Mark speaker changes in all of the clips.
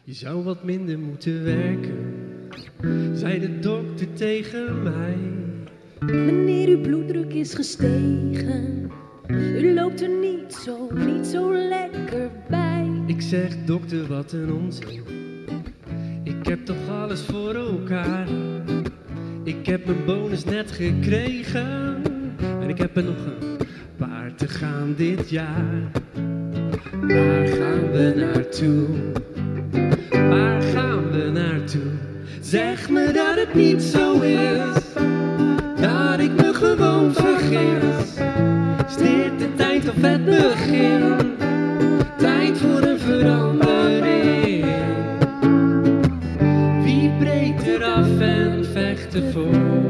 Speaker 1: Je zou wat minder moeten werken, zei de dokter tegen mij.
Speaker 2: Meneer, uw bloeddruk is gestegen. U loopt er niet zo lekker bij.
Speaker 1: Ik zeg, dokter, wat een onzin. Ik heb toch alles voor elkaar. Ik heb mijn bonus net gekregen. En ik heb er nog een paar te gaan dit jaar. Waar gaan we naartoe? Waar gaan we naartoe? Zeg me dat het niet zo is. Dat ik me gewoon vergis. Is dit de tijd of het begin? Tijd voor een verandering. Wie breekt er af en vecht ervoor?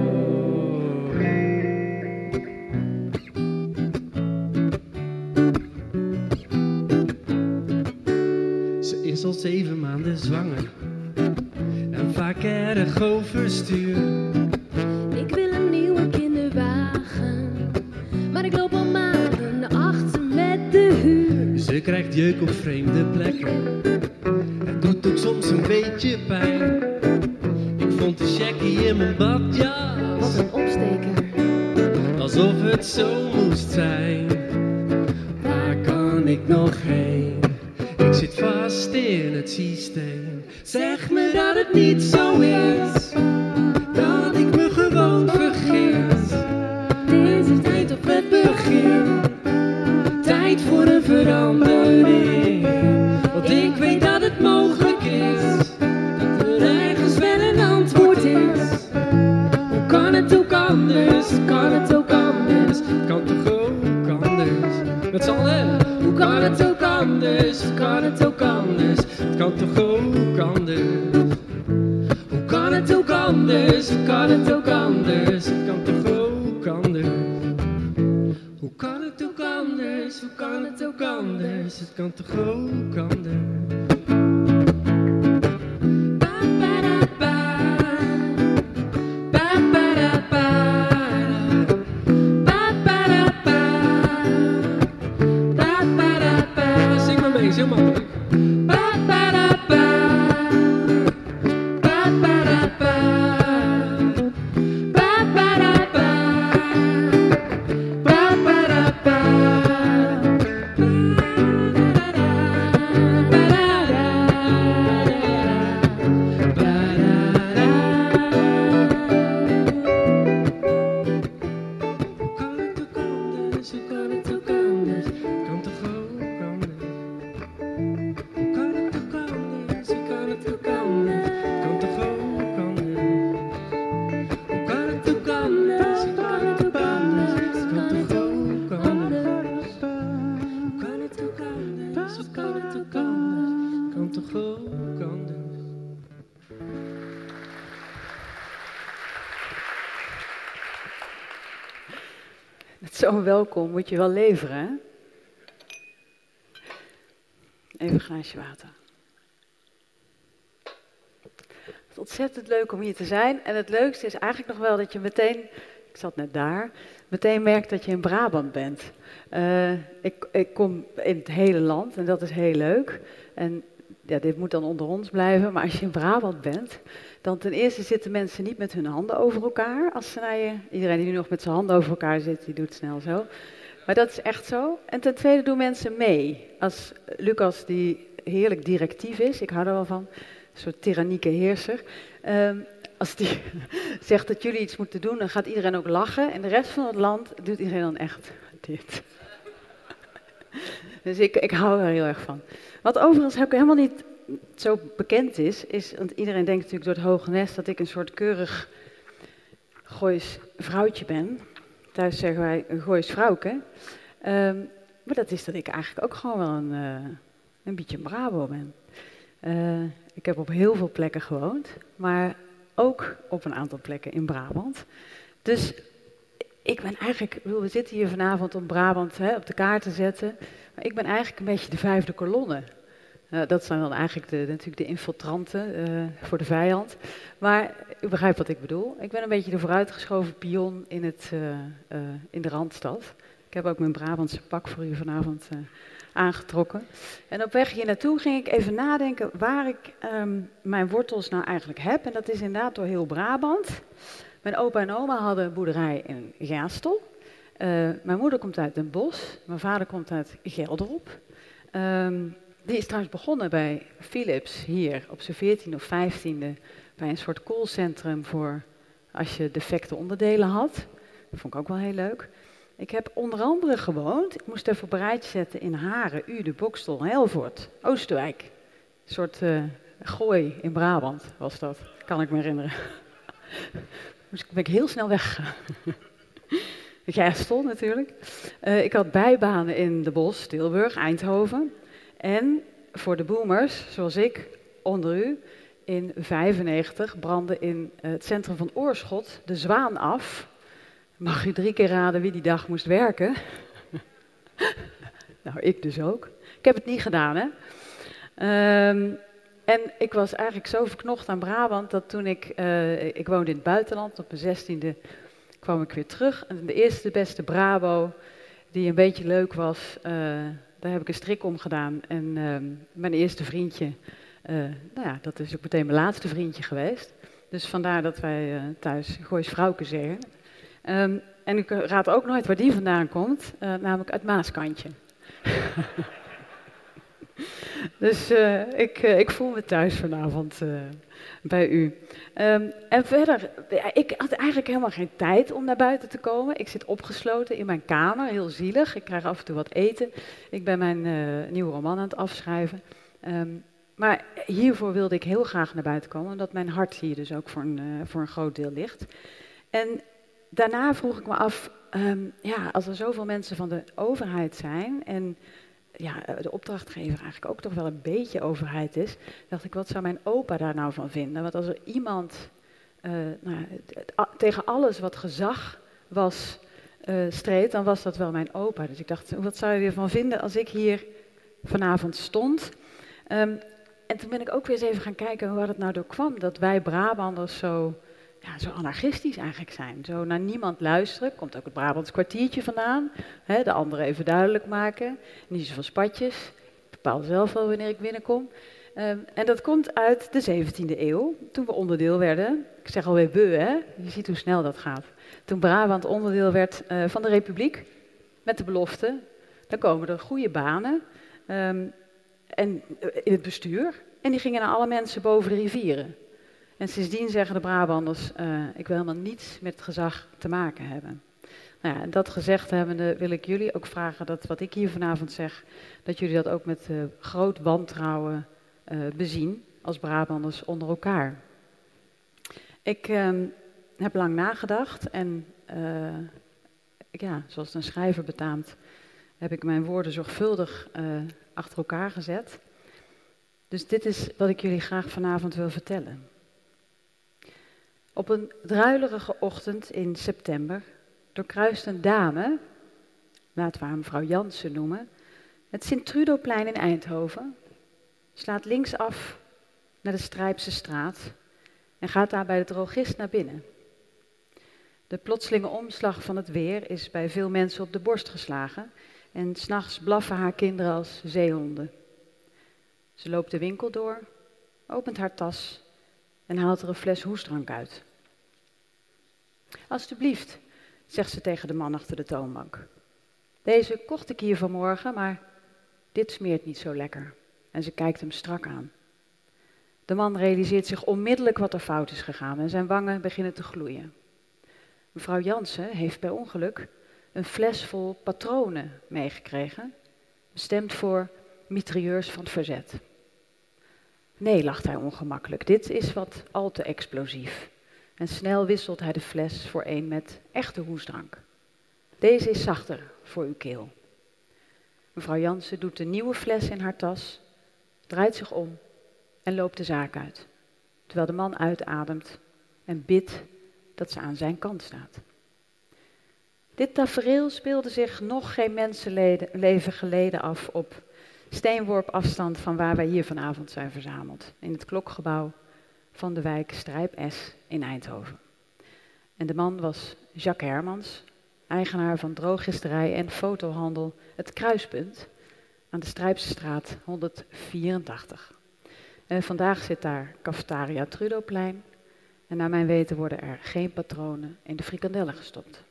Speaker 1: Ze is al 7 maanden zwanger en vaak erg overstuur.
Speaker 2: Ik wil een nieuwe kinderwagen, maar ik loop al maanden achter met de huur.
Speaker 1: Ze krijgt jeuk op vreemde plekken. Het doet ook soms een beetje pijn. Ik vond de checkie in mijn badjas.
Speaker 2: Wat een opsteker.
Speaker 1: Alsof het zo moest zijn. Waar kan ik nog heen? Ik zit vast in het systeem. Zeg me dat het niet zo is. Dat ik me gewoon vergis. Dit is de tijd op het begin. Tijd voor een verandering. Want ik weet dat het mogelijk is. Dat er ergens wel een antwoord is. Hoe kan het ook anders? Kan het ook anders? Het kan toch ook anders? Met z'n allen. Hoe kan het ook anders? Kan het ook anders? Het kan toch ook anders? Hoe kan het ook anders? Kan het ook anders? Het kan toch ook anders? Hoe kan het ook anders? Hoe kan het ook anders? Het kan toch ook anders? Zing maar mee, is heel makkelijk.
Speaker 3: Zo'n welkom moet je wel leveren, hè? Even een glaasje water. Het is ontzettend leuk om hier te zijn. En het leukste is eigenlijk nog wel dat je meteen, ik zat net daar, meteen merkt dat je in Brabant bent. Ik kom in het hele land en dat is heel leuk. En ja, dit moet dan onder ons blijven, maar als je in Brabant bent, dan ten eerste zitten mensen niet met hun handen over elkaar. Als ze naar je, iedereen die nu nog met zijn handen over elkaar zit, die doet snel zo. Maar dat is echt zo. En ten tweede doen mensen mee. Als Lucas, die heerlijk directief is, ik hou er wel van, een soort tyrannieke heerser. Als die zegt dat jullie iets moeten doen, dan gaat iedereen ook lachen. En de rest van het land doet iedereen dan echt dit. Dus ik hou er heel erg van. Wat overigens ook helemaal niet zo bekend is, want iedereen denkt natuurlijk door het hoge nest dat ik een soort keurig Goois vrouwtje ben. Thuis zeggen wij een Goois vrouwke. Maar dat is dat ik eigenlijk ook gewoon wel een beetje een Brabo ben. Ik heb op heel veel plekken gewoond, maar ook op een aantal plekken in Brabant. Dus ik ben eigenlijk, we zitten hier vanavond om Brabant op de kaart te zetten, maar ik ben eigenlijk een beetje de vijfde kolonne. Dat zijn dan eigenlijk natuurlijk de infiltranten voor de vijand. Maar u begrijpt wat ik bedoel. Ik ben een beetje de vooruitgeschoven pion in de Randstad. Ik heb ook mijn Brabantse pak voor u vanavond aangetrokken. En op weg hier naartoe ging ik even nadenken waar ik mijn wortels nou eigenlijk heb. En dat is inderdaad door heel Brabant. Mijn opa en oma hadden een boerderij in Geastel. Mijn moeder komt uit Den Bosch. Mijn vader komt uit Gelderop. Die is trouwens begonnen bij Philips hier op zijn 14e of 15e. Bij een soort callcentrum voor als je defecte onderdelen had. Dat vond ik ook wel heel leuk. Ik heb onder andere gewoond, ik moest even op een rijtje zetten, in Haren, Uden, Bokstel, Helvoort, Oosterwijk. Een soort Gooi in Brabant was dat, kan ik me herinneren. Dus ben ik heel snel weggegaan. Gerstel natuurlijk. Ik had bijbanen in De Bosch, Tilburg, Eindhoven. En voor de boomers, zoals ik, onder u, in 1995 brandde in het centrum van Oorschot de Zwaan af. Mag u 3 keer raden wie die dag moest werken? Nou, ik dus ook. Ik heb het niet gedaan, hè. En ik was eigenlijk zo verknocht aan Brabant dat toen ik woonde in het buitenland, op mijn 16e kwam ik weer terug. En de eerste beste Brabo, die een beetje leuk was, daar heb ik een strik om gedaan. En mijn eerste vriendje, nou ja, dat is ook meteen mijn laatste vriendje geweest. Dus vandaar dat wij thuis Goois vrouwke zeggen. En ik raad ook nooit waar die vandaan komt, namelijk uit Maaskantje. Dus ik voel me thuis vanavond bij u. En verder, ik had eigenlijk helemaal geen tijd om naar buiten te komen. Ik zit opgesloten in mijn kamer, heel zielig. Ik krijg af en toe wat eten. Ik ben mijn nieuwe roman aan het afschrijven. Maar hiervoor wilde ik heel graag naar buiten komen, omdat mijn hart hier dus ook voor een groot deel ligt. En daarna vroeg ik me af, ja, als er zoveel mensen van de overheid zijn en ja, de opdrachtgever eigenlijk ook toch wel een beetje overheid is, dacht ik, wat zou mijn opa daar nou van vinden? Want als er iemand tegen alles wat gezag was streed, dan was dat wel mijn opa. Dus ik dacht, wat zou je ervan vinden als ik hier vanavond stond? En toen ben ik ook weer eens even gaan kijken waar het nou door kwam, dat wij Brabanders zo anarchistisch eigenlijk zijn. Zo naar niemand luisteren. Komt ook het Brabants kwartiertje vandaan. Hè, de anderen even duidelijk maken. Niet zo van spatjes. Ik bepaal zelf wel wanneer ik binnenkom. En dat komt uit de 17e eeuw. Toen we onderdeel werden. Ik zeg alweer we, hè. Je ziet hoe snel dat gaat. Toen Brabant onderdeel werd van de Republiek. Met de belofte. Dan komen er goede banen. En in het bestuur. En die gingen naar alle mensen boven de rivieren. En sindsdien zeggen de Brabanders, ik wil helemaal niets met het gezag te maken hebben. Nou ja, en dat gezegd hebbende wil ik jullie ook vragen dat wat ik hier vanavond zeg, dat jullie dat ook met groot wantrouwen bezien als Brabanders onder elkaar. Ik heb lang nagedacht en zoals het een schrijver betaamt, heb ik mijn woorden zorgvuldig achter elkaar gezet. Dus dit is wat ik jullie graag vanavond wil vertellen. Op een druilerige ochtend in september doorkruist een dame, laten we haar mevrouw Jansen noemen, het Sint-Trudoplein in Eindhoven, slaat linksaf naar de Strijpse straat en gaat daar bij de drogist naar binnen. De plotselinge omslag van het weer is bij veel mensen op de borst geslagen en 's nachts blaffen haar kinderen als zeehonden. Ze loopt de winkel door, opent haar tas en haalt er een fles hoestdrank uit. Alsjeblieft, zegt ze tegen de man achter de toonbank. Deze kocht ik hier vanmorgen, maar dit smeert niet zo lekker. En ze kijkt hem strak aan. De man realiseert zich onmiddellijk wat er fout is gegaan en zijn wangen beginnen te gloeien. Mevrouw Jansen heeft bij ongeluk een fles vol patronen meegekregen, bestemd voor mitrailleurs van het verzet. Nee, lacht hij ongemakkelijk, dit is wat al te explosief. En snel wisselt hij de fles voor een met echte hoestdrank. Deze is zachter voor uw keel. Mevrouw Jansen doet de nieuwe fles in haar tas, draait zich om en loopt de zaak uit. Terwijl de man uitademt en bidt dat ze aan zijn kant staat. Dit tafereel speelde zich nog geen mensenleven geleden af op steenworp afstand van waar wij hier vanavond zijn verzameld. In het klokgebouw van de wijk Strijp S in Eindhoven. En de man was Jacques Hermans, eigenaar van drooggisterij en fotohandel Het Kruispunt. aan de Strijpsstraat 184. En vandaag zit daar cafetaria Trudoplein. En naar mijn weten worden er geen patronen in de frikandellen gestopt.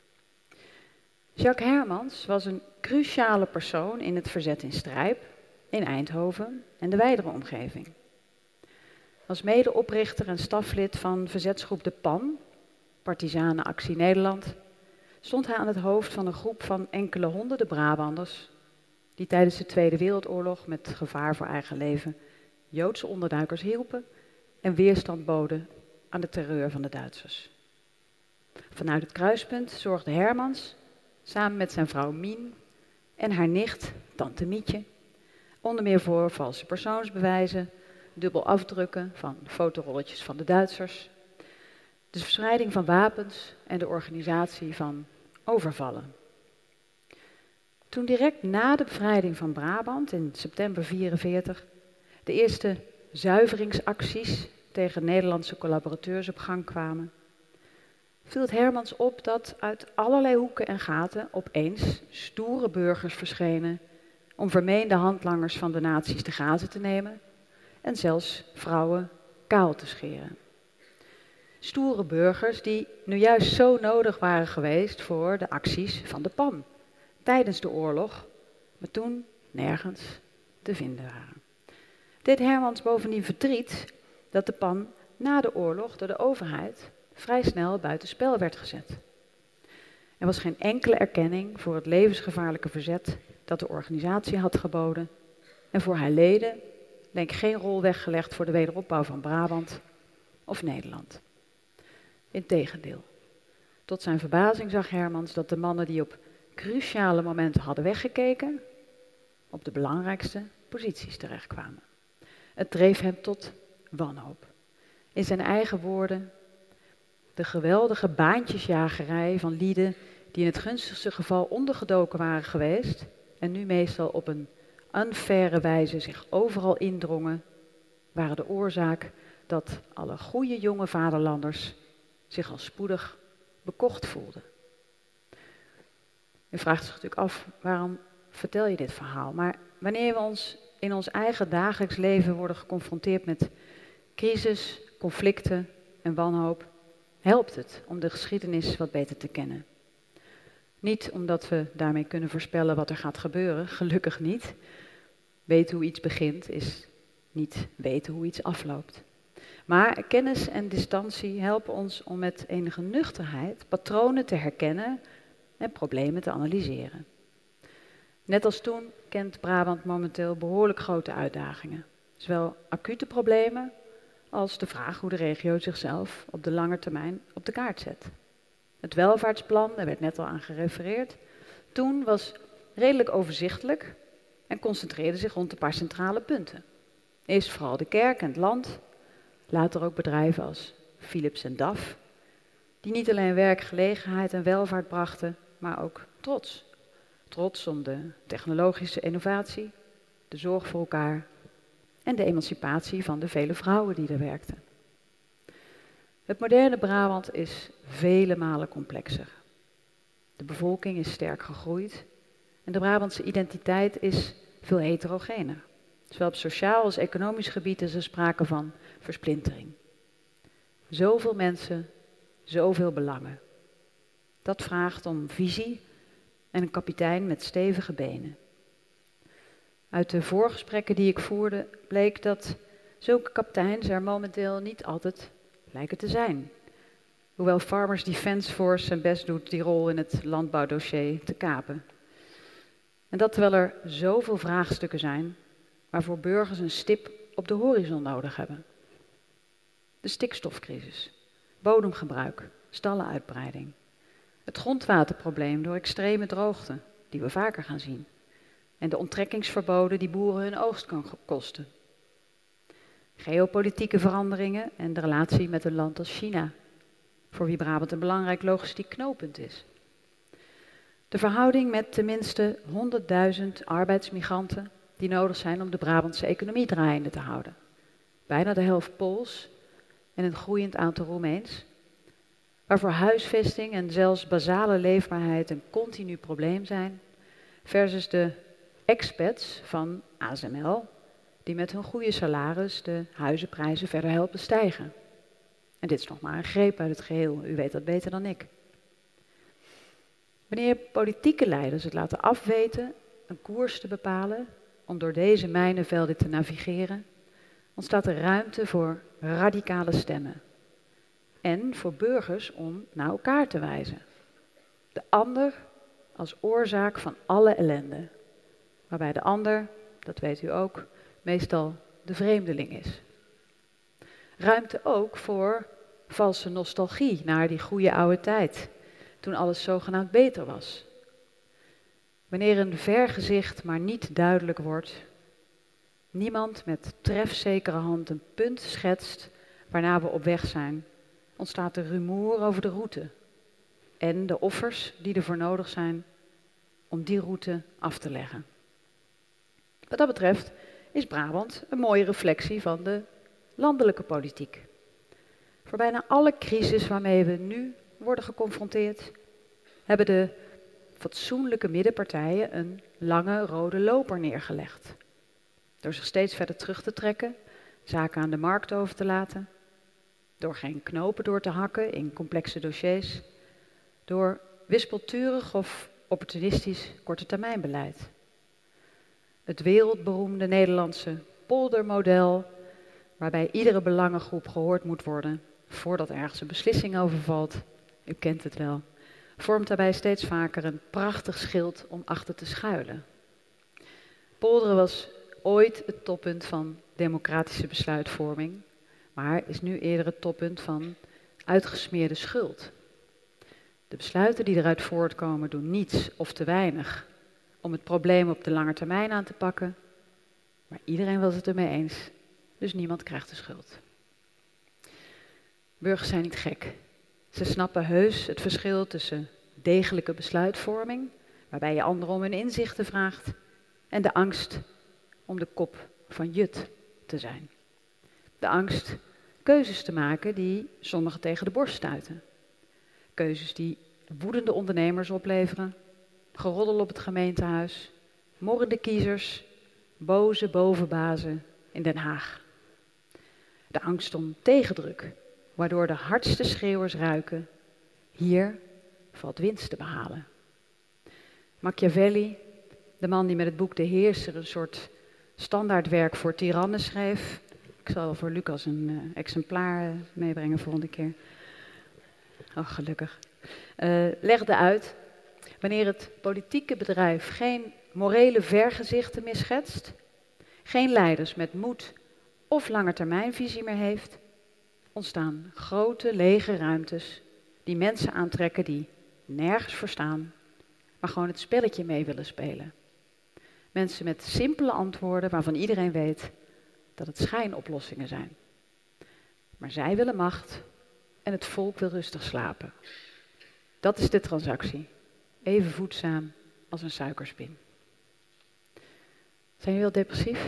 Speaker 3: Jacques Hermans was een cruciale persoon in het verzet in Strijp, in Eindhoven en de wijdere omgeving. Als medeoprichter en staflid van verzetsgroep De Pan, Partisanenactie Nederland, stond hij aan het hoofd van een groep van enkele honderden Brabanders die tijdens de Tweede Wereldoorlog met gevaar voor eigen leven Joodse onderduikers hielpen en weerstand boden aan de terreur van de Duitsers. Vanuit het kruispunt zorgde Hermans, samen met zijn vrouw Mien en haar nicht, tante Mietje, onder meer voor valse persoonsbewijzen, dubbel afdrukken van fotorolletjes van de Duitsers, de verspreiding van wapens en de organisatie van overvallen. Toen direct na de bevrijding van Brabant in september 1944 de eerste zuiveringsacties tegen Nederlandse collaborateurs op gang kwamen, viel het Hermans op dat uit allerlei hoeken en gaten opeens stoere burgers verschenen om vermeende handlangers van de nazi's te grazen te nemen en zelfs vrouwen kaal te scheren. Stoere burgers die nu juist zo nodig waren geweest voor de acties van de PAN tijdens de oorlog, maar toen nergens te vinden waren. Deed Hermans bovendien verdriet dat de PAN na de oorlog door de overheid vrij snel buitenspel werd gezet. Er was geen enkele erkenning voor het levensgevaarlijke verzet dat de organisatie had geboden en voor haar leden leek geen rol weggelegd voor de wederopbouw van Brabant of Nederland. Integendeel, tot zijn verbazing zag Hermans dat de mannen die op cruciale momenten hadden weggekeken, op de belangrijkste posities terechtkwamen. Het dreef hem tot wanhoop. In zijn eigen woorden: de geweldige baantjesjagerij van lieden die in het gunstigste geval ondergedoken waren geweest en nu meestal op een unfaire wijze zich overal indrongen, waren de oorzaak dat alle goede jonge vaderlanders zich al spoedig bekocht voelden. U vraagt zich natuurlijk af, waarom vertel je dit verhaal? Maar wanneer we ons in ons eigen dagelijks leven worden geconfronteerd met crisis, conflicten en wanhoop, helpt het om de geschiedenis wat beter te kennen. Niet omdat we daarmee kunnen voorspellen wat er gaat gebeuren, gelukkig niet. Weten hoe iets begint is niet weten hoe iets afloopt. Maar kennis en distantie helpen ons om met enige nuchterheid patronen te herkennen en problemen te analyseren. Net als toen kent Brabant momenteel behoorlijk grote uitdagingen. Zowel acute problemen als de vraag hoe de regio zichzelf op de lange termijn op de kaart zet. Het welvaartsplan, daar werd net al aan gerefereerd, toen was redelijk overzichtelijk en concentreerde zich rond een paar centrale punten. Eerst vooral de kerk en het land, later ook bedrijven als Philips en DAF, die niet alleen werkgelegenheid en welvaart brachten, maar ook trots. Trots om de technologische innovatie, de zorg voor elkaar en de emancipatie van de vele vrouwen die er werkten. Het moderne Brabant is vele malen complexer. De bevolking is sterk gegroeid en de Brabantse identiteit is veel heterogener. Zowel op sociaal als economisch gebied is er sprake van versplintering. Zoveel mensen, zoveel belangen. Dat vraagt om visie en een kapitein met stevige benen. Uit de voorgesprekken die ik voerde bleek dat zulke kapiteins er momenteel niet altijd lijken te zijn. Hoewel Farmers Defence Force zijn best doet die rol in het landbouwdossier te kapen. En dat terwijl er zoveel vraagstukken zijn waarvoor burgers een stip op de horizon nodig hebben. De stikstofcrisis, bodemgebruik, stallenuitbreiding. Het grondwaterprobleem door extreme droogte, die we vaker gaan zien. En de onttrekkingsverboden die boeren hun oogst kan kosten. Geopolitieke veranderingen en de relatie met een land als China, voor wie Brabant een belangrijk logistiek knooppunt is. De verhouding met tenminste 100.000 arbeidsmigranten die nodig zijn om de Brabantse economie draaiende te houden. Bijna de helft Pools en een groeiend aantal Roemeens, waarvoor huisvesting en zelfs basale leefbaarheid een continu probleem zijn, versus de expats van ASML die met hun goede salaris de huizenprijzen verder helpen stijgen. En dit is nog maar een greep uit het geheel, u weet dat beter dan ik. Wanneer politieke leiders het laten afweten een koers te bepalen om door deze mijnenvelden te navigeren, ontstaat er ruimte voor radicale stemmen. En voor burgers om naar elkaar te wijzen. De ander als oorzaak van alle ellende. Waarbij de ander, dat weet u ook, meestal de vreemdeling is. Ruimte ook voor valse nostalgie naar die goede oude tijd, toen alles zogenaamd beter was. Wanneer een vergezicht maar niet duidelijk wordt, niemand met trefzekere hand een punt schetst waarna we op weg zijn, ontstaat er rumoer over de route en de offers die ervoor nodig zijn om die route af te leggen. Wat dat betreft is Brabant een mooie reflectie van de landelijke politiek. Voor bijna alle crisis waarmee we nu worden geconfronteerd, hebben de fatsoenlijke middenpartijen een lange rode loper neergelegd. Door zich steeds verder terug te trekken, zaken aan de markt over te laten, door geen knopen door te hakken in complexe dossiers, door wispelturig of opportunistisch kortetermijnbeleid. Het wereldberoemde Nederlandse poldermodel, waarbij iedere belangengroep gehoord moet worden voordat ergens een beslissing over valt, u kent het wel, vormt daarbij steeds vaker een prachtig schild om achter te schuilen. Polderen was ooit het toppunt van democratische besluitvorming, maar is nu eerder het toppunt van uitgesmeerde schuld. De besluiten die eruit voortkomen doen niets of te weinig om het probleem op de lange termijn aan te pakken, maar iedereen was het ermee eens, dus niemand krijgt de schuld. Burgers zijn niet gek. Ze snappen heus het verschil tussen degelijke besluitvorming, waarbij je anderen om hun inzichten vraagt, en de angst om de kop van Jut te zijn. De angst keuzes te maken die sommigen tegen de borst stuiten. Keuzes die woedende ondernemers opleveren, geroddel op het gemeentehuis, morrende kiezers, boze bovenbazen in Den Haag. De angst om tegendruk, waardoor de hardste schreeuwers ruiken, hier valt winst te behalen. Machiavelli, de man die met het boek De Heerser een soort standaardwerk voor tirannen schreef. Ik zal voor Lucas een exemplaar meebrengen volgende keer. Oh, gelukkig. Legde uit, wanneer het politieke bedrijf geen morele vergezichten meer schetst, geen leiders met moed of langetermijnvisie meer heeft, ontstaan grote lege ruimtes die mensen aantrekken die nergens voor staan, maar gewoon het spelletje mee willen spelen. Mensen met simpele antwoorden waarvan iedereen weet dat het schijnoplossingen zijn. Maar zij willen macht en het volk wil rustig slapen. Dat is de transactie. Even voedzaam als een suikerspin. Zijn jullie wel depressief?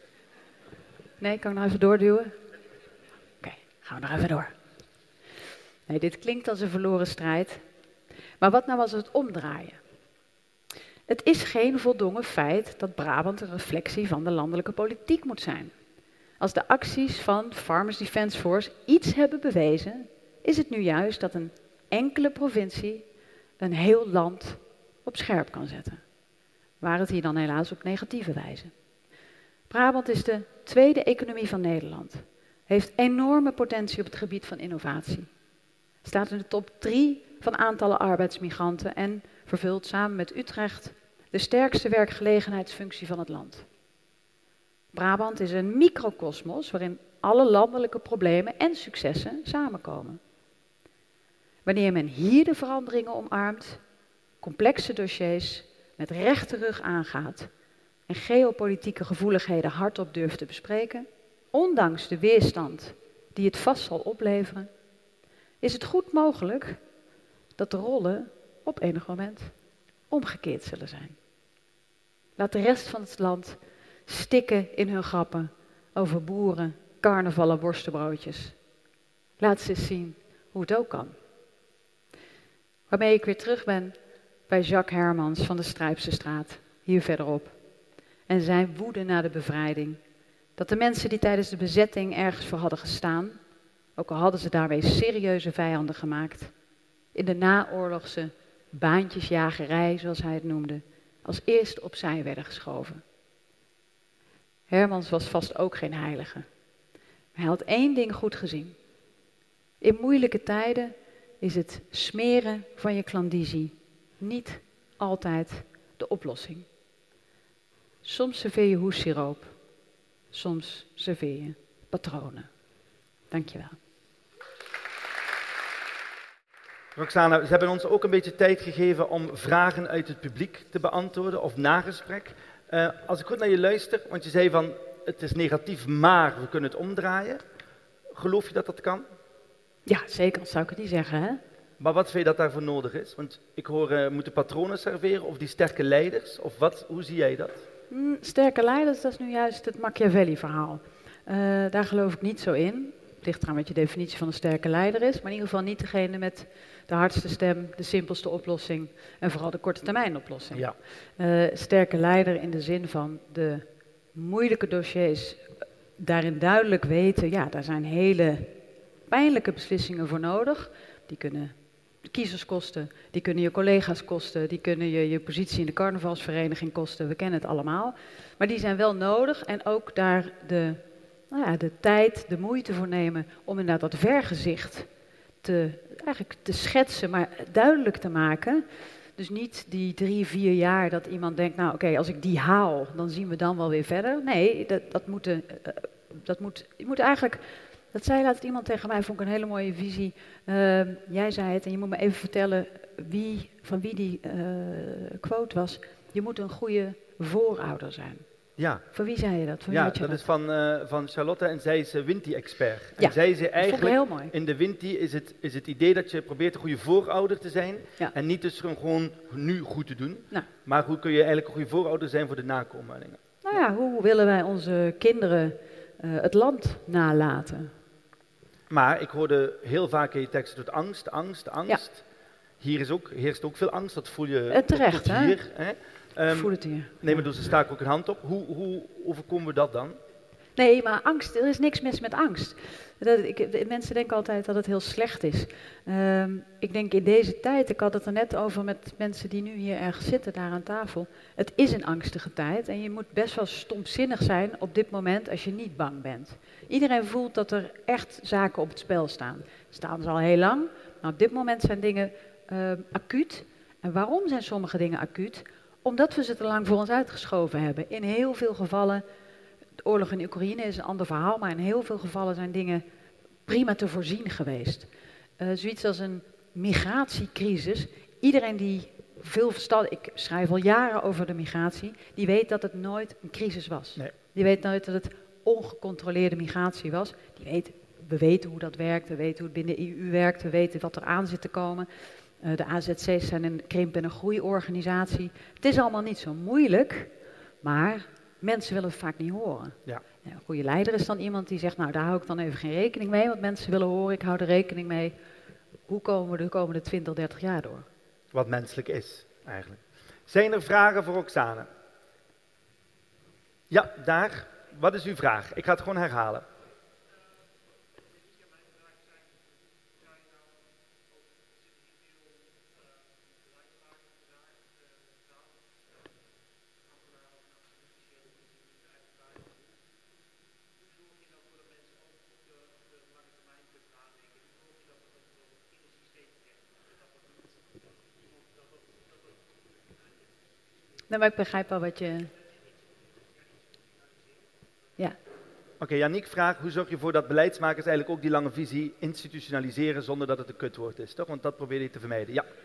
Speaker 3: Nee, kan ik nog even doorduwen? Oké, gaan we nog even door. Nee, dit klinkt als een verloren strijd. Maar wat nou als we het omdraaien? Het is geen voldongen feit dat Brabant een reflectie van de landelijke politiek moet zijn. Als de acties van Farmers Defence Force iets hebben bewezen, is het nu juist dat een enkele provincie een heel land op scherp kan zetten. Waar het hier dan helaas op negatieve wijze. Brabant is de tweede economie van Nederland. Heeft enorme potentie op het gebied van innovatie. Staat in de top 3 van aantallen arbeidsmigranten en vervult samen met Utrecht de sterkste werkgelegenheidsfunctie van het land. Brabant is een microcosmos waarin alle landelijke problemen en successen samenkomen. Wanneer men hier de veranderingen omarmt, complexe dossiers met rechte rug aangaat en geopolitieke gevoeligheden hardop durft te bespreken, ondanks de weerstand die het vast zal opleveren, is het goed mogelijk dat de rollen op enig moment omgekeerd zullen zijn. Laat de rest van het land stikken in hun grappen over boeren, carnaval en worstenbroodjes. Laat ze eens zien hoe het ook kan. Waarmee ik weer terug ben bij Jacques Hermans van de Strijpse straat, hier verderop. en zijn woede naar de bevrijding. Dat de mensen die tijdens de bezetting ergens voor hadden gestaan, ook al hadden ze daarmee serieuze vijanden gemaakt, in de naoorlogse baantjesjagerij, zoals hij het noemde, als eerst opzij werden geschoven. Hermans was vast ook geen heilige. Maar hij had één ding goed gezien. In moeilijke tijden is het smeren van je klandizie niet altijd de oplossing. Soms serveer je hoessiroop, soms serveer je patronen. Dankjewel.
Speaker 4: Roxana, ze hebben ons ook een beetje tijd gegeven om vragen uit het publiek te beantwoorden of nagesprek. Als ik goed naar je luister, want je zei van het is negatief, maar we kunnen het omdraaien. Geloof je dat dat kan?
Speaker 3: Ja, zeker, dat zou ik het niet zeggen, hè?
Speaker 4: Maar wat vind je dat daarvoor nodig is? Want ik hoor, moeten patronen serveren of die sterke leiders? Of wat, hoe zie jij dat?
Speaker 3: Sterke leiders, dat is nu juist het Machiavelli-verhaal. Daar geloof ik niet zo in. Het ligt eraan wat je definitie van een sterke leider is. Maar in ieder geval niet degene met de hardste stem, de simpelste oplossing en vooral de korte termijn oplossing.
Speaker 4: Ja.
Speaker 3: Sterke leider in de zin van de moeilijke dossiers daarin duidelijk weten, ja, daar zijn hele pijnlijke beslissingen voor nodig. Die kunnen de kiezers kosten, die kunnen je collega's kosten, die kunnen je positie in de carnavalsvereniging kosten. We kennen het allemaal. Maar die zijn wel nodig en ook daar de tijd, de moeite voor nemen om inderdaad dat vergezicht eigenlijk te schetsen, maar duidelijk te maken. Dus niet die 3-4 jaar dat iemand denkt, nou oké, als ik die haal, dan zien we dan wel weer verder. Nee, je moet eigenlijk, dat zei laatst iemand tegen mij, vond ik een hele mooie visie. Jij zei het en je moet me even vertellen van wie die quote was. Je moet een goede voorouder zijn.
Speaker 4: Ja.
Speaker 3: Van wie zei je dat?
Speaker 4: Ja, dat is van Charlotte en zij is Winti-expert. En
Speaker 3: Ja,
Speaker 4: zij zei eigenlijk,
Speaker 3: heel mooi.
Speaker 4: in de Winti is het idee dat je probeert een goede voorouder te zijn.
Speaker 3: Ja.
Speaker 4: En niet dus gewoon nu goed te doen.
Speaker 3: Nou.
Speaker 4: Maar hoe kun je eigenlijk een goede voorouder zijn voor de nakomelingen?
Speaker 3: Nou ja, hoe willen wij onze kinderen het land nalaten?
Speaker 4: Maar ik hoorde heel vaak in je teksten door angst.
Speaker 3: Ja.
Speaker 4: Hier heerst ook veel angst, dat voel je
Speaker 3: Terecht,
Speaker 4: tot hier. Hè?
Speaker 3: Ik voel het hier.
Speaker 4: Nee, maar dus er staat ook een hand op. Hoe overkomen we dat dan?
Speaker 3: Nee, maar angst, er is niks mis met angst. Mensen denken altijd dat het heel slecht is. Ik denk in deze tijd, ik had het er net over met mensen die nu hier ergens zitten, daar aan tafel. Het is een angstige tijd en je moet best wel stompzinnig zijn op dit moment als je niet bang bent. Iedereen voelt dat er echt zaken op het spel staan. Staan ze al heel lang, maar op dit moment zijn dingen acuut. En waarom zijn sommige dingen acuut? Omdat we ze te lang voor ons uitgeschoven hebben. In heel veel gevallen, de oorlog in Oekraïne is een ander verhaal, maar in heel veel gevallen zijn dingen prima te voorzien geweest. Zoiets als een migratiecrisis. Iedereen die veel verstand, ik schrijf al jaren over de migratie, die weet dat het nooit een crisis was. Nee. Die weet nooit dat het ongecontroleerde migratie was. We weten hoe dat werkt, we weten hoe het binnen de EU werkt, we weten wat er aan zit te komen. De AZC's zijn een krimp- en een groeiorganisatie. Het is allemaal niet zo moeilijk, maar mensen willen het vaak niet horen.
Speaker 4: Ja.
Speaker 3: Een goede leider is dan iemand die zegt, nou daar hou ik dan even geen rekening mee, want mensen willen horen, ik hou er rekening mee. Hoe komen we de komende 20, 30 jaar door?
Speaker 4: Wat menselijk is, eigenlijk. Zijn er vragen voor Roxane? Ja, daar. Wat is uw vraag? Ik ga het gewoon herhalen.
Speaker 3: Nou, maar ik begrijp wel wat je... Ja.
Speaker 4: Oké, Yannick vraagt, hoe zorg je ervoor dat beleidsmakers eigenlijk ook die lange visie institutionaliseren zonder dat het een kutwoord is, toch? Want dat probeer je te vermijden. Ja.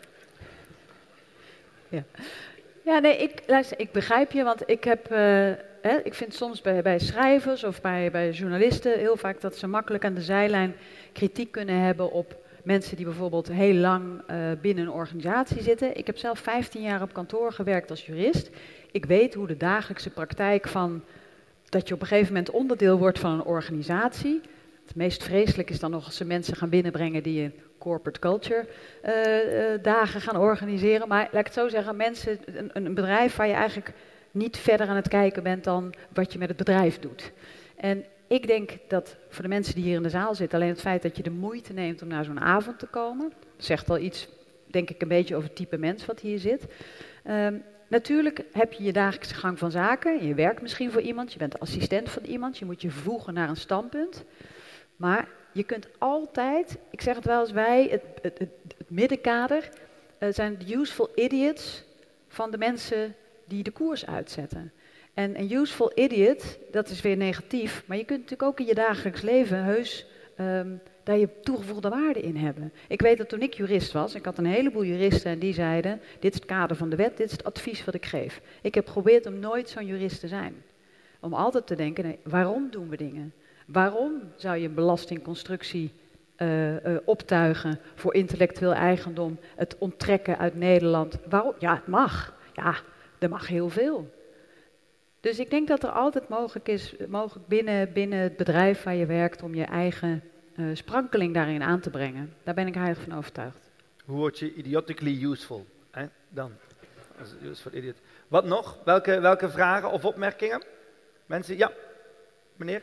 Speaker 3: Ja, nee, ik begrijp je, want ik vind soms bij schrijvers of bij journalisten heel vaak dat ze makkelijk aan de zijlijn kritiek kunnen hebben op mensen die bijvoorbeeld heel lang binnen een organisatie zitten. Ik heb zelf 15 jaar op kantoor gewerkt als jurist. Ik weet hoe de dagelijkse praktijk van dat je op een gegeven moment onderdeel wordt van een organisatie. Het meest vreselijk is dan nog als ze mensen gaan binnenbrengen die een corporate culture dagen gaan organiseren. Maar laat ik het zo zeggen, mensen, een bedrijf waar je eigenlijk niet verder aan het kijken bent dan wat je met het bedrijf doet. En ik denk dat voor de mensen die hier in de zaal zitten, alleen het feit dat je de moeite neemt om naar zo'n avond te komen, zegt al iets, denk ik, een beetje over het type mens wat hier zit. Natuurlijk heb je je dagelijkse gang van zaken. Je werkt misschien voor iemand, je bent assistent van iemand, je moet je voegen naar een standpunt. Maar je kunt altijd, ik zeg het wel eens, wij, het middenkader, zijn de useful idiots van de mensen die de koers uitzetten. En een useful idiot, dat is weer negatief, maar je kunt natuurlijk ook in je dagelijks leven heus daar je toegevoegde waarde in hebben. Ik weet dat toen ik jurist was, ik had een heleboel juristen en die zeiden, dit is het kader van de wet, dit is het advies wat ik geef. Ik heb geprobeerd om nooit zo'n jurist te zijn. Om altijd te denken, nee, waarom doen we dingen? Waarom zou je een belastingconstructie optuigen voor intellectueel eigendom, het onttrekken uit Nederland? Waarom? Ja, het mag. Ja, er mag heel veel. Dus ik denk dat er altijd mogelijk binnen het bedrijf waar je werkt om je eigen sprankeling daarin aan te brengen. Daar ben ik heilig van overtuigd.
Speaker 4: Hoe word je idiotically useful? Dan. Useful idiot. Wat nog? Welke vragen of opmerkingen? Mensen, ja. Meneer?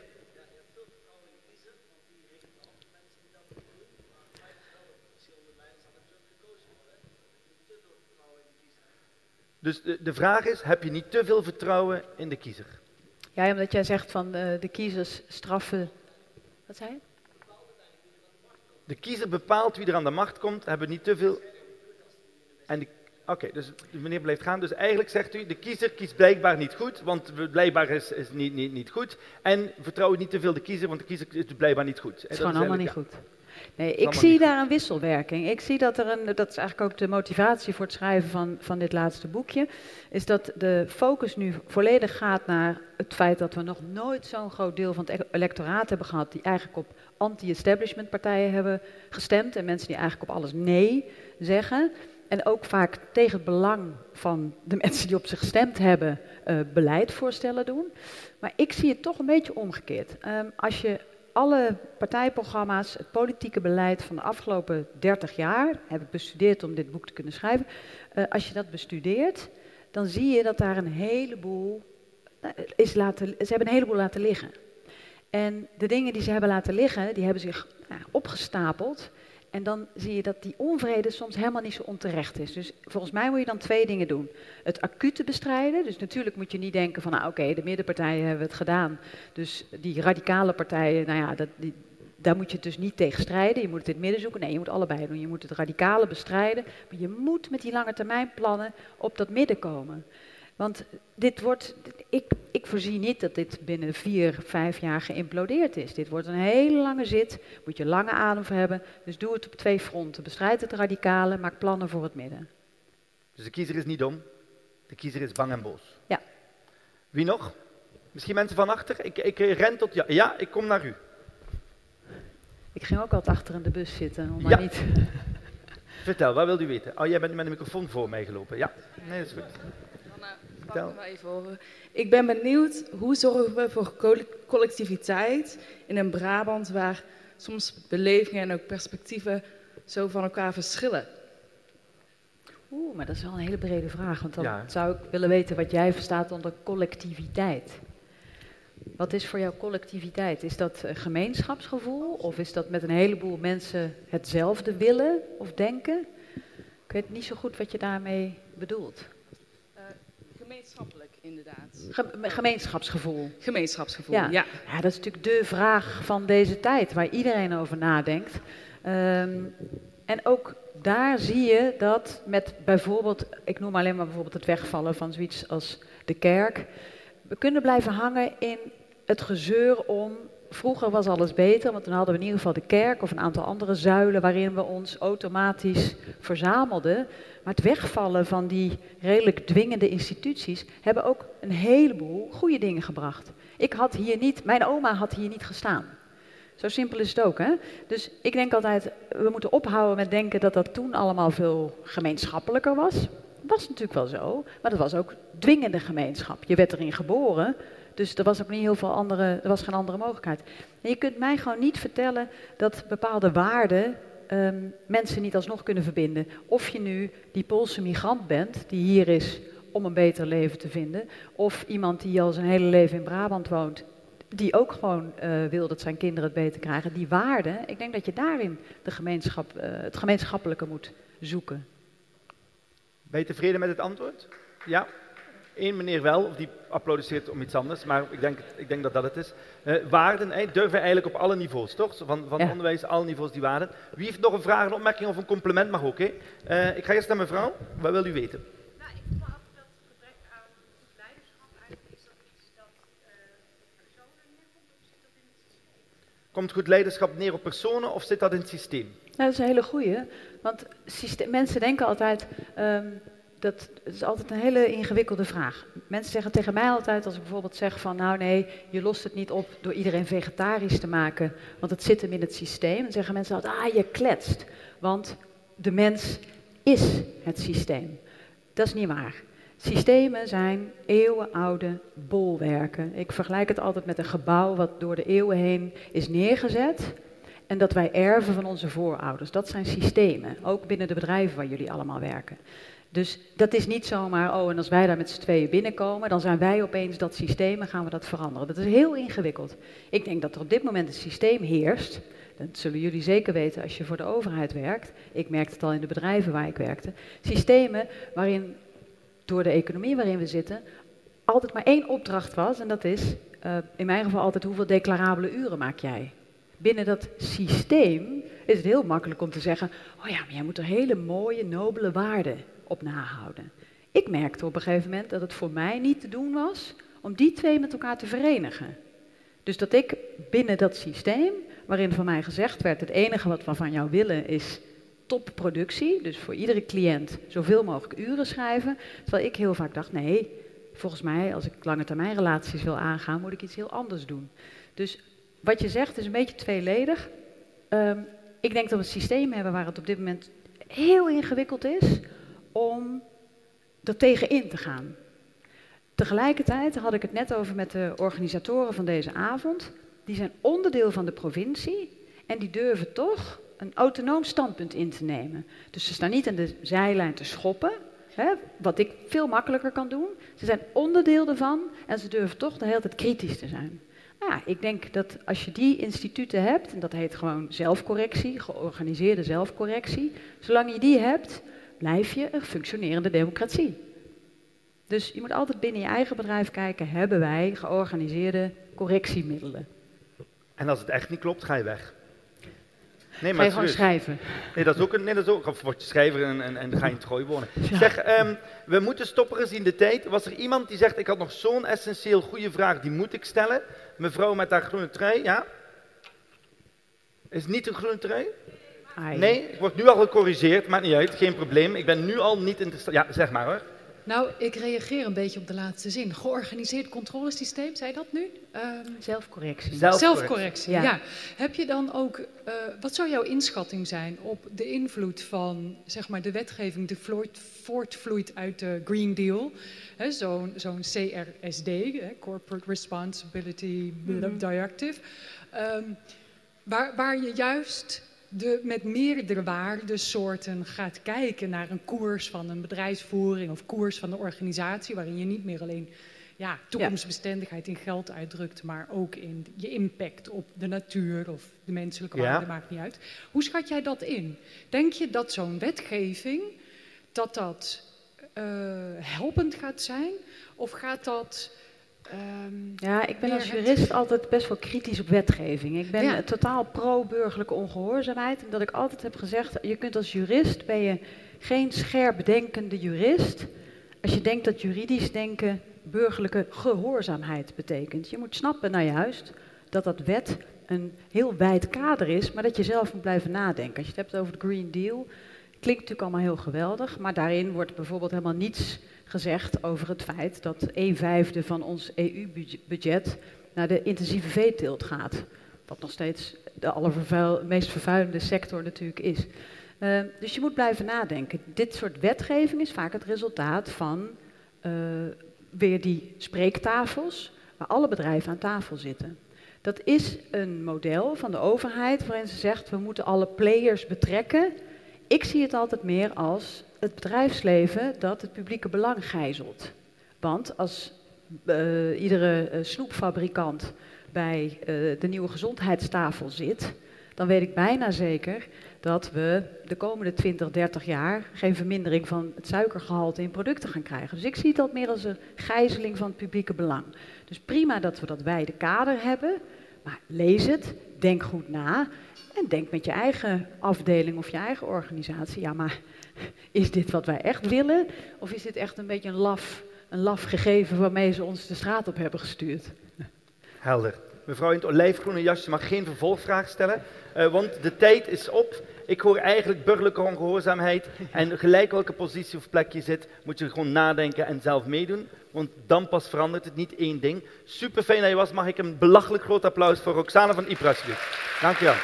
Speaker 4: Dus de vraag is, heb je niet te veel vertrouwen in de kiezer?
Speaker 3: Ja, omdat jij zegt van de kiezers straffen... Wat zei je?
Speaker 4: De kiezer bepaalt wie er aan de macht komt, hebben niet te veel... Oké, dus de meneer blijft gaan. Dus eigenlijk zegt u, de kiezer kiest blijkbaar niet goed, want blijkbaar is niet goed. En vertrouw niet te veel de kiezer, want de kiezer is blijkbaar niet goed.
Speaker 3: Het is gewoon allemaal niet goed. Nee, ik zie daar een wisselwerking. Ik zie dat dat is eigenlijk ook de motivatie voor het schrijven van dit laatste boekje, is dat de focus nu volledig gaat naar het feit dat we nog nooit zo'n groot deel van het electoraat hebben gehad die eigenlijk op anti-establishment partijen hebben gestemd en mensen die eigenlijk op alles nee zeggen. En ook vaak tegen het belang van de mensen die op zich gestemd hebben beleidvoorstellen doen. Maar ik zie het toch een beetje omgekeerd. Als je alle partijprogramma's, het politieke beleid van de afgelopen 30 jaar, heb ik bestudeerd om dit boek te kunnen schrijven. Als je dat bestudeert, dan zie je dat daar een heleboel ze hebben een heleboel laten liggen. En de dingen die ze hebben laten liggen, die hebben zich opgestapeld. En dan zie je dat die onvrede soms helemaal niet zo onterecht is. Dus volgens mij moet je dan 2 dingen doen. Het acute bestrijden. Dus natuurlijk moet je niet denken van, oké, de middenpartijen hebben het gedaan. Dus die radicale partijen, daar moet je het dus niet tegen strijden. Je moet het in het midden zoeken. Nee, je moet allebei doen. Je moet het radicale bestrijden. Maar je moet met die lange termijn plannen op dat midden komen. Want ik voorzie niet dat dit binnen 4-5 jaar geïmplodeerd is. Dit wordt een hele lange zit, moet je lange adem voor hebben. Dus doe het op 2 fronten. Bestrijd het radicale, maak plannen voor het midden.
Speaker 4: Dus de kiezer is niet dom, de kiezer is bang en boos.
Speaker 3: Ja.
Speaker 4: Wie nog? Misschien mensen van achter? Ik ren tot... Ja, ik kom naar u.
Speaker 3: Ik ging ook altijd achter in de bus zitten, maar niet...
Speaker 4: Vertel, wat wilt u weten? Oh, jij bent met een microfoon voor mij gelopen. Ja, nee, dat is goed.
Speaker 5: Mag ik maar even horen. Ik ben benieuwd, hoe zorgen we voor collectiviteit in een Brabant waar soms belevingen en ook perspectieven zo van elkaar verschillen?
Speaker 3: Maar dat is wel een hele brede vraag, want dan zou ik willen weten wat jij verstaat onder collectiviteit. Wat is voor jou collectiviteit? Is dat gemeenschapsgevoel of is dat met een heleboel mensen hetzelfde willen of denken? Ik weet niet zo goed wat je daarmee bedoelt.
Speaker 5: Gemeenschappelijk, inderdaad.
Speaker 3: Gemeenschapsgevoel.
Speaker 5: Gemeenschapsgevoel, ja.
Speaker 3: Ja, dat is natuurlijk de vraag van deze tijd, waar iedereen over nadenkt. En ook daar zie je dat met bijvoorbeeld, ik noem alleen maar bijvoorbeeld het wegvallen van zoiets als de kerk. We kunnen blijven hangen in het gezeur om, vroeger was alles beter, want toen hadden we in ieder geval de kerk of een aantal andere zuilen waarin we ons automatisch verzamelden. Maar het wegvallen van die redelijk dwingende instituties hebben ook een heleboel goede dingen gebracht. Mijn oma had hier niet gestaan. Zo simpel is het ook, hè? Dus ik denk altijd, we moeten ophouden met denken dat dat toen allemaal veel gemeenschappelijker was. Dat was natuurlijk wel zo, maar dat was ook dwingende gemeenschap. Je werd erin geboren, dus er was ook niet heel veel er was geen andere mogelijkheid. En je kunt mij gewoon niet vertellen dat bepaalde waarden mensen niet alsnog kunnen verbinden. Of je nu die Poolse migrant bent, die hier is om een beter leven te vinden. Of iemand die al zijn hele leven in Brabant woont, die ook gewoon wil dat zijn kinderen het beter krijgen. Die waarden, ik denk dat je daarin het gemeenschappelijke moet zoeken.
Speaker 4: Ben je tevreden met het antwoord? Ja? Eén meneer wel, of die applaudisseert om iets anders, maar ik denk dat dat het is. Waarden durven eigenlijk op alle niveaus, toch? Van onderwijs, alle niveaus die waarden. Wie heeft nog een vraag, een opmerking of een compliment mag ook, hè? Ik ga eerst naar mevrouw. Wat wil u weten?
Speaker 6: Nou, ik vroeg me af dat het gebrek aan goed leiderschap eigenlijk is dat iets dat personen neerkomt, of zit dat in het systeem?
Speaker 4: Komt goed leiderschap neer op personen of zit dat in het systeem?
Speaker 3: Nou, dat is een hele goeie, want mensen denken altijd... Dat is altijd een hele ingewikkelde vraag. Mensen zeggen tegen mij altijd, als ik bijvoorbeeld zeg van... nou nee, je lost het niet op door iedereen vegetarisch te maken... want het zit hem in het systeem. Dan zeggen mensen altijd, je kletst. Want de mens is het systeem. Dat is niet waar. Systemen zijn eeuwenoude bolwerken. Ik vergelijk het altijd met een gebouw wat door de eeuwen heen is neergezet... en dat wij erven van onze voorouders. Dat zijn systemen, ook binnen de bedrijven waar jullie allemaal werken... Dus dat is niet zomaar, en als wij daar met z'n tweeën binnenkomen, dan zijn wij opeens dat systeem en gaan we dat veranderen. Dat is heel ingewikkeld. Ik denk dat er op dit moment een systeem heerst, dat zullen jullie zeker weten als je voor de overheid werkt. Ik merkte het al in de bedrijven waar ik werkte. Systemen waarin, door de economie waarin we zitten, altijd maar één opdracht was. En dat is, in mijn geval altijd, hoeveel declarabele uren maak jij? Binnen dat systeem is het heel makkelijk om te zeggen, maar jij moet er hele mooie, nobele waarden op nahouden. Ik merkte op een gegeven moment dat het voor mij niet te doen was om die twee met elkaar te verenigen. Dus dat ik binnen dat systeem, waarin van mij gezegd werd, het enige wat we van jou willen is topproductie, dus voor iedere cliënt zoveel mogelijk uren schrijven, terwijl ik heel vaak dacht, nee, volgens mij als ik langetermijnrelaties wil aangaan, moet ik iets heel anders doen. Dus wat je zegt is een beetje tweeledig. Ik denk dat we een systeem hebben waar het op dit moment heel ingewikkeld is om er tegenin te gaan. Tegelijkertijd had ik het net over met de organisatoren van deze avond. Die zijn onderdeel van de provincie en die durven toch een autonoom standpunt in te nemen. Dus ze staan niet aan de zijlijn te schoppen, wat ik veel makkelijker kan doen. Ze zijn onderdeel ervan en ze durven toch de hele tijd kritisch te zijn. Nou ja, ik denk dat als je die instituten hebt, en dat heet gewoon zelfcorrectie, georganiseerde zelfcorrectie, zolang je die hebt, blijf je een functionerende democratie. Dus je moet altijd binnen je eigen bedrijf kijken, hebben wij georganiseerde correctiemiddelen?
Speaker 4: En als het echt niet klopt, ga je weg. Nee,
Speaker 3: ga je gewoon schrijven?
Speaker 4: Nee, dat is ook. Of word je schrijver en dan ga je in het gooi wonen. Ja. Zeg, we moeten stoppen gezien de tijd. Was er iemand die zegt, ik had nog zo'n essentieel goede vraag, die moet ik stellen? Mevrouw met haar groene trui, ja? Is het niet een groene trui? Nee, ik word nu al gecorrigeerd, maakt niet uit, geen probleem. Ik ben nu al niet interessant. Ja, zeg maar hoor.
Speaker 7: Nou, ik reageer een beetje op de laatste zin. Georganiseerd controlesysteem, zei dat nu?
Speaker 3: Zelfcorrectie.
Speaker 7: Zelfcorrectie, ja. Heb je dan ook, wat zou jouw inschatting zijn op de invloed van, zeg maar, de wetgeving die voortvloeit uit de Green Deal? Zo'n CRSD, Corporate Responsibility Directive, waar je juist met meerdere waardesoorten gaat kijken naar een koers van een bedrijfsvoering of koers van de organisatie, waarin je niet meer alleen toekomstbestendigheid in geld uitdrukt, maar ook in je impact op de natuur of de menselijke waarde, maakt niet uit. Hoe schat jij dat in? Denk je dat zo'n wetgeving, dat helpend gaat zijn? Of gaat dat...
Speaker 3: ik ben als jurist altijd best wel kritisch op wetgeving. Ik ben totaal pro-burgerlijke ongehoorzaamheid. En dat ik altijd heb gezegd, je kunt als jurist, ben je geen scherpdenkende jurist als je denkt dat juridisch denken burgerlijke gehoorzaamheid betekent. Je moet snappen, nou juist, dat wet een heel wijd kader is, maar dat je zelf moet blijven nadenken. Als je het hebt over de Green Deal, klinkt natuurlijk allemaal heel geweldig, maar daarin wordt bijvoorbeeld helemaal niets gezegd over het feit dat 1/5 van ons EU-budget naar de intensieve veeteelt gaat. Wat nog steeds de meest vervuilende sector natuurlijk is. Dus je moet blijven nadenken. Dit soort wetgeving is vaak het resultaat van weer die spreektafels waar alle bedrijven aan tafel zitten. Dat is een model van de overheid waarin ze zegt we moeten alle players betrekken. Ik zie het altijd meer als het bedrijfsleven dat het publieke belang gijzelt. Want als iedere snoepfabrikant bij de nieuwe gezondheidstafel zit, dan weet ik bijna zeker dat we de komende 20, 30 jaar geen vermindering van het suikergehalte in producten gaan krijgen. Dus ik zie dat meer als een gijzeling van het publieke belang. Dus prima dat we dat wijde kader hebben, maar lees het, denk goed na en denk met je eigen afdeling of je eigen organisatie. Ja, maar is dit wat wij echt willen? Of is dit echt een beetje een laf gegeven waarmee ze ons de straat op hebben gestuurd?
Speaker 4: Helder. Mevrouw in het olijfgroene jasje mag geen vervolgvraag stellen, want de tijd is op. Ik hoor eigenlijk burgerlijke ongehoorzaamheid en gelijk welke positie of plek je zit, moet je gewoon nadenken en zelf meedoen. Want dan pas verandert het, niet één ding. Super fijn dat je was. Mag ik een belachelijk groot applaus voor Roxane van Ypres alsjeblieft. Dank je wel.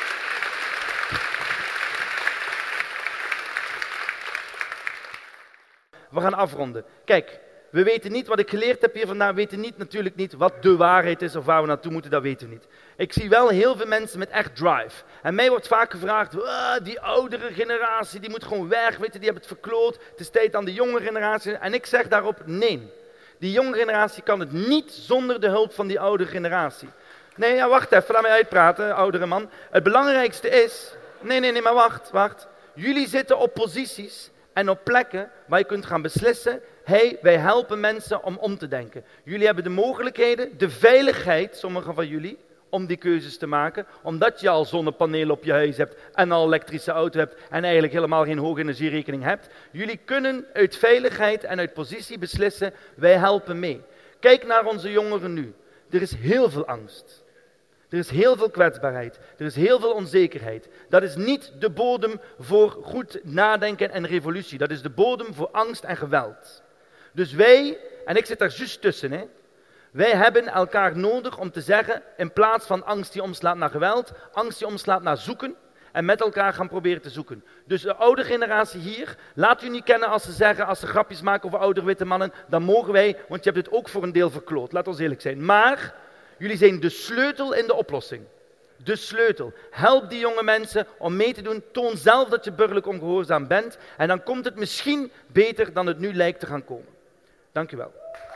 Speaker 4: We gaan afronden. Kijk, we weten niet wat ik geleerd heb hier vandaan. We weten natuurlijk niet wat de waarheid is of waar we naartoe moeten. Dat weten we niet. Ik zie wel heel veel mensen met echt drive. En mij wordt vaak gevraagd, die oudere generatie, die moet gewoon weg. Weet je, die hebben het verkloot. Het is tijd aan de jonge generatie. En ik zeg daarop, nee. Die jonge generatie kan het niet zonder de hulp van die oudere generatie. Nee, ja, wacht even, laat mij uitpraten, oudere man. Het belangrijkste is, nee, maar wacht. Jullie zitten op posities en op plekken waar je kunt gaan beslissen, wij helpen mensen om te denken. Jullie hebben de mogelijkheden, de veiligheid, sommigen van jullie, om die keuzes te maken. Omdat je al zonnepanelen op je huis hebt en al elektrische auto hebt en eigenlijk helemaal geen hoge energierekening hebt. Jullie kunnen uit veiligheid en uit positie beslissen, wij helpen mee. Kijk naar onze jongeren nu. Er is heel veel angst. Er is heel veel kwetsbaarheid. Er is heel veel onzekerheid. Dat is niet de bodem voor goed nadenken en revolutie. Dat is de bodem voor angst en geweld. Dus wij, en ik zit daar juist tussen, wij hebben elkaar nodig om te zeggen, in plaats van angst die omslaat naar geweld, angst die omslaat naar zoeken en met elkaar gaan proberen te zoeken. Dus de oude generatie hier, laat u niet kennen als ze grapjes maken over oudere witte mannen, dan mogen wij, want je hebt het ook voor een deel verkloot, laat ons eerlijk zijn. Maar jullie zijn de sleutel in de oplossing. De sleutel. Help die jonge mensen om mee te doen. Toon zelf dat je burgerlijk ongehoorzaam bent. En dan komt het misschien beter dan het nu lijkt te gaan komen. Dank u wel.